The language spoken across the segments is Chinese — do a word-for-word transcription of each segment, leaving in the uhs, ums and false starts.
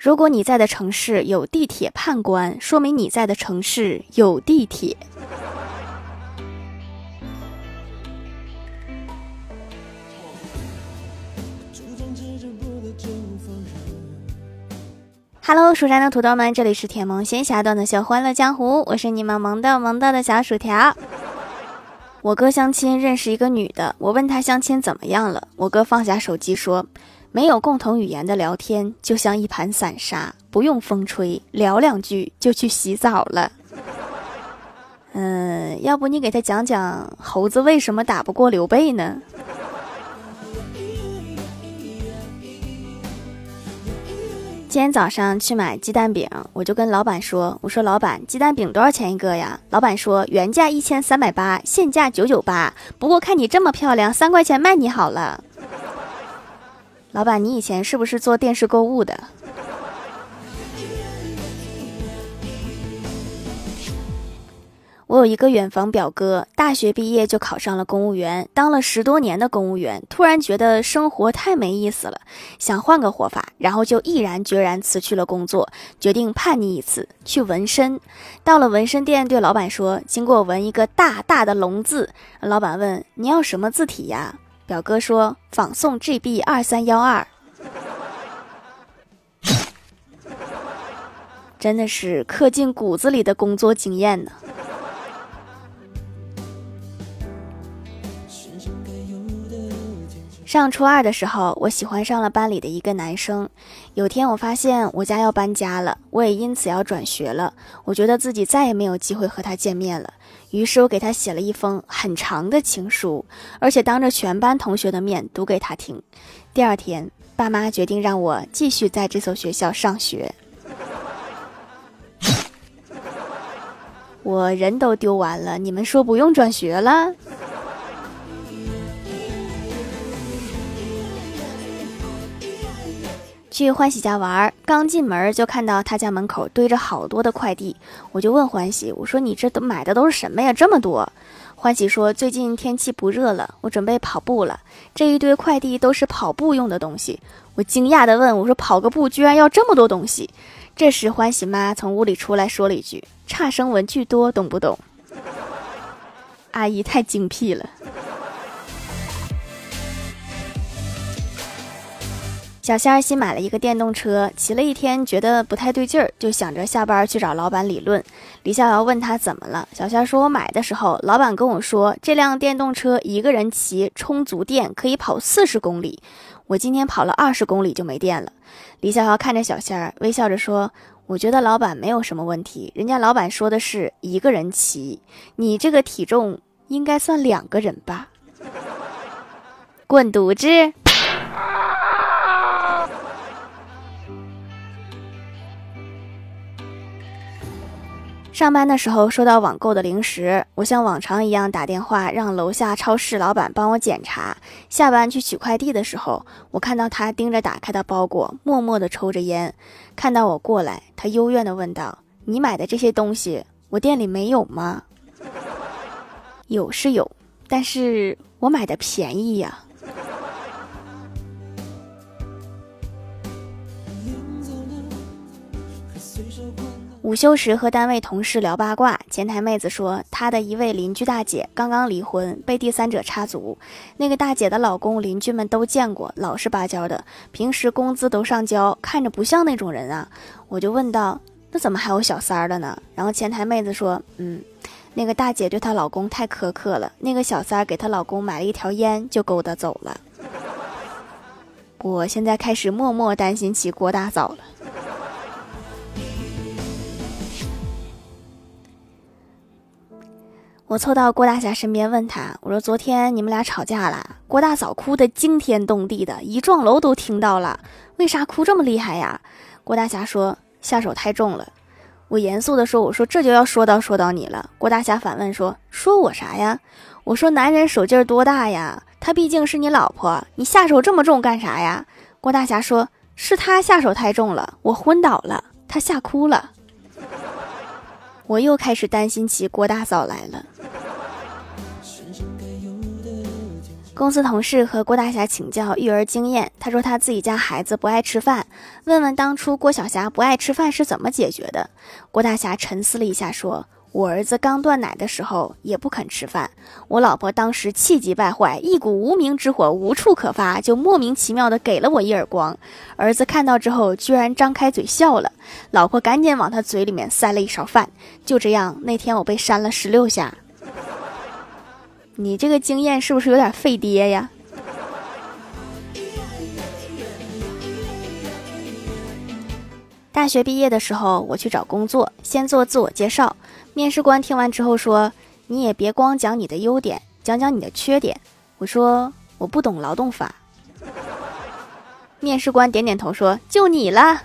如果你在的城市有地铁判官，说明你在的城市有地铁。Hello， 蜀山的土豆们，这里是甜萌仙侠段的小欢乐江湖，我是你们萌豆萌豆的小薯条。我哥相亲认识一个女的，我问他相亲怎么样了，我哥放下手机说，没有共同语言的聊天就像一盘散沙，不用风吹，聊两句就去洗澡了。嗯，要不你给他讲讲猴子为什么打不过刘备呢？今天早上去买鸡蛋饼，我就跟老板说，我说老板，鸡蛋饼多少钱一个呀？老板说原价一千三百八，现价九九八，不过看你这么漂亮，三块钱卖你好了。老板，你以前是不是做电视购物的？我有一个远房表哥，大学毕业就考上了公务员，当了十多年的公务员，突然觉得生活太没意思了，想换个活法，然后就毅然决然辞去了工作，决定叛逆一次，去纹身。到了纹身店，对老板说，经过纹一个大大的龙字。老板问，你要什么字体呀？表哥说，仿宋 G B 二三一二。真的是刻进骨子里的工作经验呢。上初二的时候，我喜欢上了班里的一个男生。有天我发现我家要搬家了，我也因此要转学了。我觉得自己再也没有机会和他见面了，于是我给他写了一封很长的情书，而且当着全班同学的面读给他听。第二天，爸妈决定让我继续在这所学校上学。我人都丢完了，你们说不用转学了？去欢喜家玩，刚进门就看到他家门口堆着好多的快递，我就问欢喜，我说你这都买的都是什么呀，这么多？欢喜说，最近天气不热了，我准备跑步了，这一堆快递都是跑步用的东西。我惊讶地问，我说跑个步居然要这么多东西？这时欢喜妈从屋里出来说了一句，差生文具多，懂不懂？阿姨太精辟了。小仙儿新买了一个电动车，骑了一天觉得不太对劲儿，就想着下班去找老板理论。李逍遥问他怎么了，小仙儿说，我买的时候老板跟我说，这辆电动车一个人骑充足电可以跑四十公里，我今天跑了二十公里就没电了。李逍遥看着小仙儿微笑着说，我觉得老板没有什么问题，人家老板说的是一个人骑，你这个体重应该算两个人吧。滚犊子！上班的时候收到网购的零食，我像往常一样打电话让楼下超市老板帮我检查。下班去取快递的时候，我看到他盯着打开的包裹，默默地抽着烟。看到我过来，他幽怨地问道，你买的这些东西我店里没有吗？有是有，但是我买的便宜呀。午休时和单位同事聊八卦，前台妹子说她的一位邻居大姐刚刚离婚，被第三者插足。那个大姐的老公邻居们都见过，老实巴交的，平时工资都上交，看着不像那种人啊。我就问道，那怎么还有小三儿的呢？然后前台妹子说，嗯，那个大姐对她老公太苛刻了，那个小三儿给她老公买了一条烟就勾搭走了。我现在开始默默担心起郭大嫂了。我凑到郭大侠身边问他，我说昨天你们俩吵架了？郭大嫂哭得惊天动地的，一幢楼都听到了，为啥哭这么厉害呀？郭大侠说，下手太重了。我严肃地说，我说这就要说到说到你了。郭大侠反问说，说我啥呀？我说男人手劲多大呀，她毕竟是你老婆，你下手这么重干啥呀？郭大侠说，是他下手太重了，我昏倒了，他吓哭了。我又开始担心起郭大嫂来了。 公司同事和郭大侠请教育儿经验，他说他自己家孩子不爱吃饭，问问当初郭晓霞不爱吃饭是怎么解决的。郭大侠沉思了一下说，我儿子刚断奶的时候也不肯吃饭，我老婆当时气急败坏，一股无名之火无处可发，就莫名其妙的给了我一耳光。儿子看到之后居然张开嘴笑了，老婆赶紧往他嘴里面塞了一勺饭。就这样，那天我被扇了十六下。你这个经验是不是有点费爹呀？大学毕业的时候，我去找工作，先做自我介绍。面试官听完之后说，你也别光讲你的优点，讲讲你的缺点。我说，我不懂劳动法。面试官点点头说，就你了。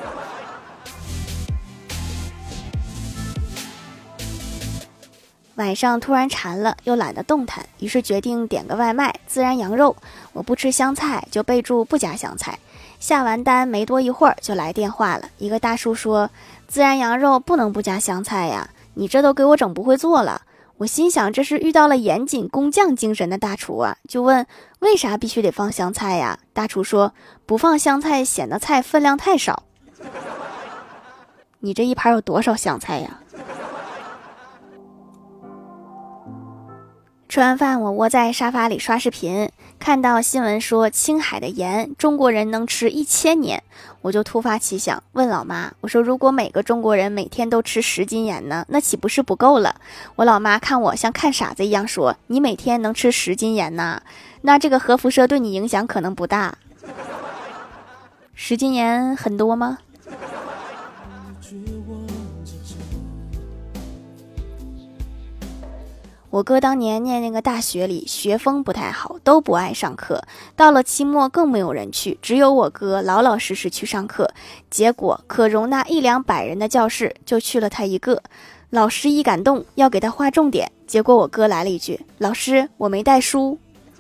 晚上突然馋了，又懒得动弹，于是决定点个外卖，孜然羊肉。我不吃香菜，就备注不加香菜。下完单没多一会儿就来电话了，一个大叔说，孜然羊肉不能不加香菜呀，你这都给我整不会做了。我心想，这是遇到了严谨工匠精神的大厨啊，就问为啥必须得放香菜呀？大厨说，不放香菜显得菜分量太少。你这一盘有多少香菜呀？吃完饭，我窝在沙发里刷视频，看到新闻说青海的盐中国人能吃一千年，我就突发奇想问老妈，我说如果每个中国人每天都吃十斤盐呢，那岂不是不够了？我老妈看我像看傻子一样说，你每天能吃十斤盐呢？那这个核辐射对你影响可能不大。十斤盐很多吗？我哥当年念那个大学里学风不太好，都不爱上课，到了期末更没有人去，只有我哥老老实实去上课，结果可容纳一两百人的教室就去了他一个。老师一感动要给他划重点，结果我哥来了一句，老师我没带书。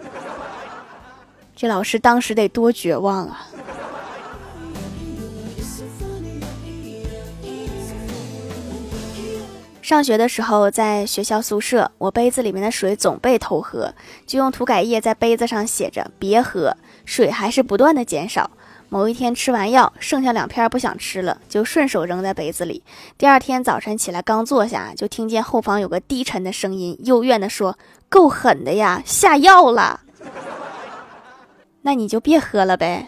这老师当时得多绝望啊。上学的时候在学校宿舍，我杯子里面的水总被偷喝，就用涂改液在杯子上写着别喝，水还是不断的减少。某一天吃完药剩下两片不想吃了，就顺手扔在杯子里。第二天早晨起来刚坐下，就听见后方有个低沉的声音幽怨地说，够狠的呀，下药了。那你就别喝了呗。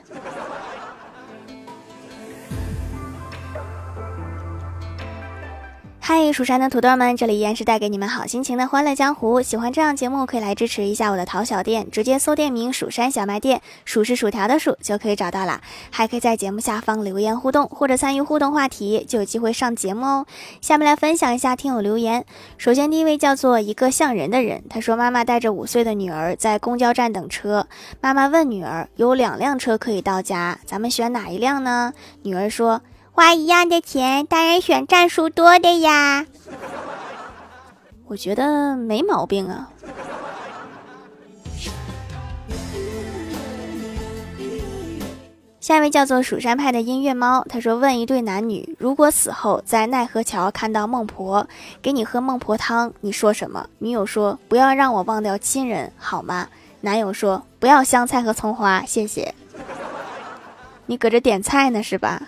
嗨，蜀山的土豆们，这里依然是带给你们好心情的欢乐江湖。喜欢这样节目可以来支持一下我的淘小店，直接搜店名蜀山小卖店，蜀是薯条的蜀就可以找到啦。还可以在节目下方留言互动，或者参与互动话题，就有机会上节目哦。下面来分享一下听友留言。首先第一位叫做一个像人的人，他说妈妈带着五岁的女儿在公交站等车，妈妈问女儿，有两辆车可以到家，咱们选哪一辆呢？女儿说，花一样的钱，当然选站数多的呀。我觉得没毛病啊。下一位叫做蜀山派的音乐猫，他说问一对男女，如果死后在奈何桥看到孟婆，给你喝孟婆汤，你说什么？女友说，不要让我忘掉亲人好吗？男友说，不要香菜和葱花谢谢。你搁这点菜呢是吧？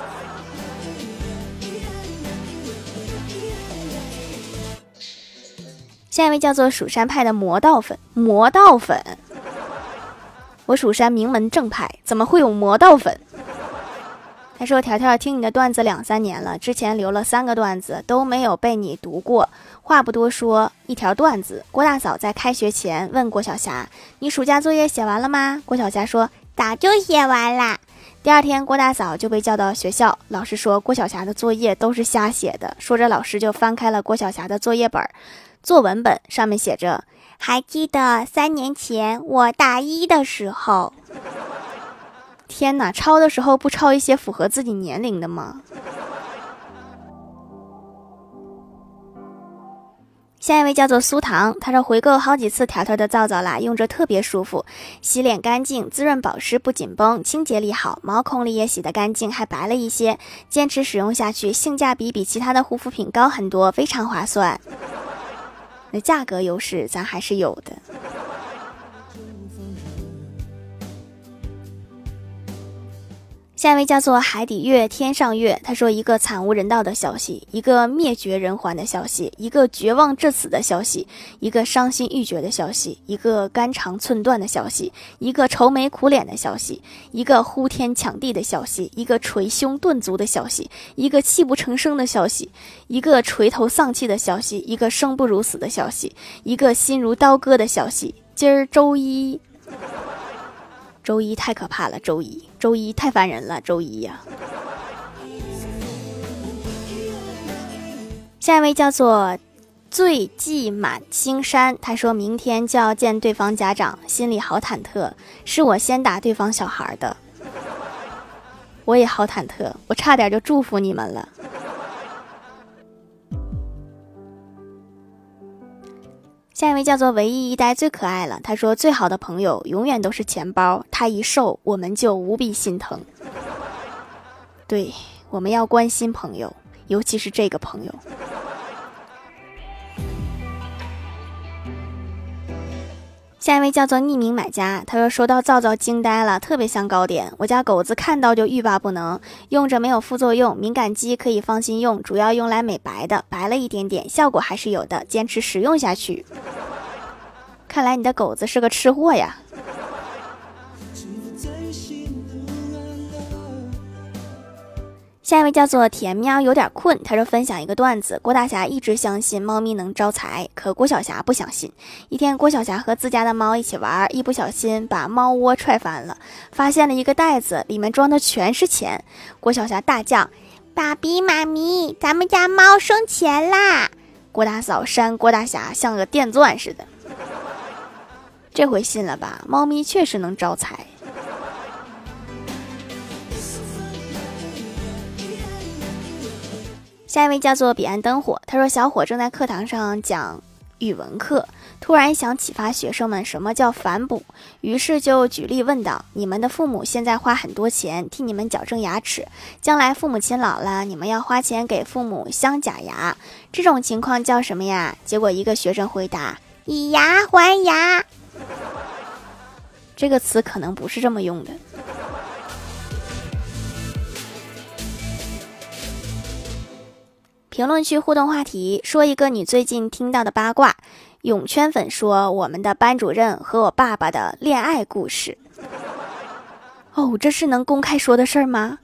下一位叫做蜀山派的魔道粉，魔道粉，我蜀山名门正派，怎么会有魔道粉？他说条条听你的段子两三年了，之前留了三个段子都没有被你读过。话不多说，一条段子，郭大嫂在开学前问郭晓霞，你暑假作业写完了吗？郭晓霞说，早就写完了。第二天郭大嫂就被叫到学校，老师说郭晓霞的作业都是瞎写的，说着老师就翻开了郭晓霞的作业本，作文本上面写着，还记得三年前我大一的时候。天哪，抄的时候不抄一些符合自己年龄的吗？下一位叫做苏糖，他说回购好几次条条的皂皂啦，用着特别舒服，洗脸干净，滋润保湿不紧绷，清洁力好，毛孔里也洗得干净，还白了一些，坚持使用下去，性价比比其他的护肤品高很多，非常划算。那价格优势咱还是有的。 下一位叫做海底月天上月，他说一个惨无人道的消息，一个灭绝人寰的消息，一个绝望至死的消息，一个伤心欲绝的消息，一个肝肠寸断的消息，一个愁眉苦脸的消息，一个呼天抢地的消息，一个捶胸顿足的消息，一个泣不成声的消息，一个垂头丧气的消息，一个生不如死的消息，一个心如刀割的消息。今儿周一周一太可怕了，周一周一太烦人了，周一呀、啊。下一位叫做醉迹满青山，他说明天就要见对方家长，心里好忐忑，是我先打对方小孩的。我也好忐忑，我差点就祝福你们了。下一位叫做唯一一代最可爱了，他说最好的朋友永远都是钱包，他一瘦我们就无比心疼。对，我们要关心朋友，尤其是这个朋友。下一位叫做匿名买家，他说收到皂皂惊呆了，特别像糕点，我家狗子看到就欲罢不能，用着没有副作用，敏感肌可以放心用，主要用来美白的，白了一点点，效果还是有的，坚持使用下去。看来你的狗子是个吃货呀。下一位叫做甜喵有点困，他说分享一个段子，郭大侠一直相信猫咪能招财，可郭晓霞不相信。一天郭晓霞和自家的猫一起玩，一不小心把猫窝踹翻了，发现了一个袋子，里面装的全是钱。郭晓霞大叫，爸比妈咪，咱们家猫生钱啦。郭大嫂扇郭大侠像个电钻似的。这回信了吧，猫咪确实能招财。下一位叫做彼岸灯火，他说小伙正在课堂上讲语文课，突然想启发学生们什么叫反哺，于是就举例问道，你们的父母现在花很多钱替你们矫正牙齿，将来父母亲老了，你们要花钱给父母镶假牙，这种情况叫什么呀？结果一个学生回答，以牙还牙。这个词可能不是这么用的。评论区互动话题，说一个你最近听到的八卦。泳圈粉说我们的班主任和我爸爸的恋爱故事。哦，这是能公开说的事儿吗？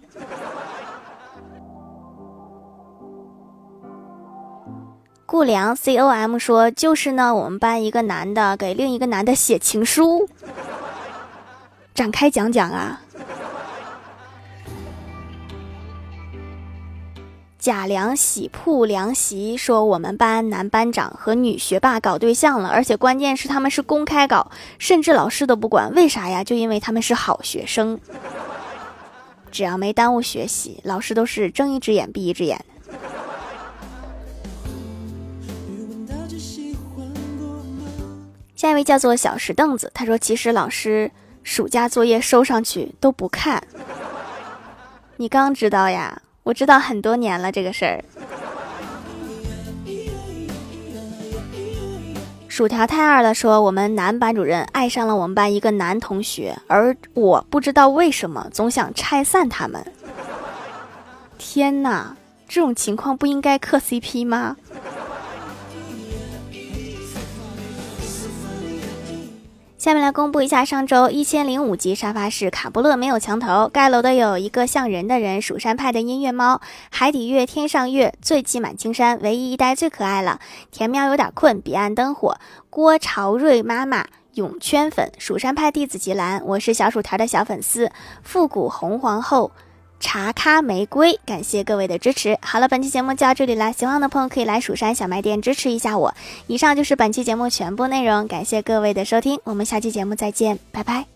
顾良 C O M 说就是呢，我们班一个男的给另一个男的写情书。展开讲讲啊。贾良喜铺凉席说我们班男班长和女学霸搞对象了，而且关键是他们是公开搞，甚至老师都不管，为啥呀？就因为他们是好学生，只要没耽误学习，老师都是睁一只眼闭一只眼的。下一位叫做小石凳子，他说其实老师暑假作业收上去都不看。你刚知道呀？我知道很多年了这个事儿。薯条太二了说我们男班主任爱上了我们班一个男同学，而我不知道为什么总想拆散他们。天哪，这种情况不应该磕 C P 吗？下面来公布一下上周一千零五集沙发是卡布勒没有墙头，盖楼的有一个像人的人，蜀山派的音乐猫，海底月天上月，醉迹满青山，唯一一代最可爱了，甜喵有点困，彼岸灯火，郭朝瑞妈妈，泳圈粉，蜀山派弟子吉兰，我是小薯条的小粉丝，复古红皇后，茶咖玫瑰，感谢各位的支持。好了，本期节目就到这里了，喜欢的朋友可以来蜀山小卖店支持一下我。以上就是本期节目全部内容，感谢各位的收听，我们下期节目再见，拜拜。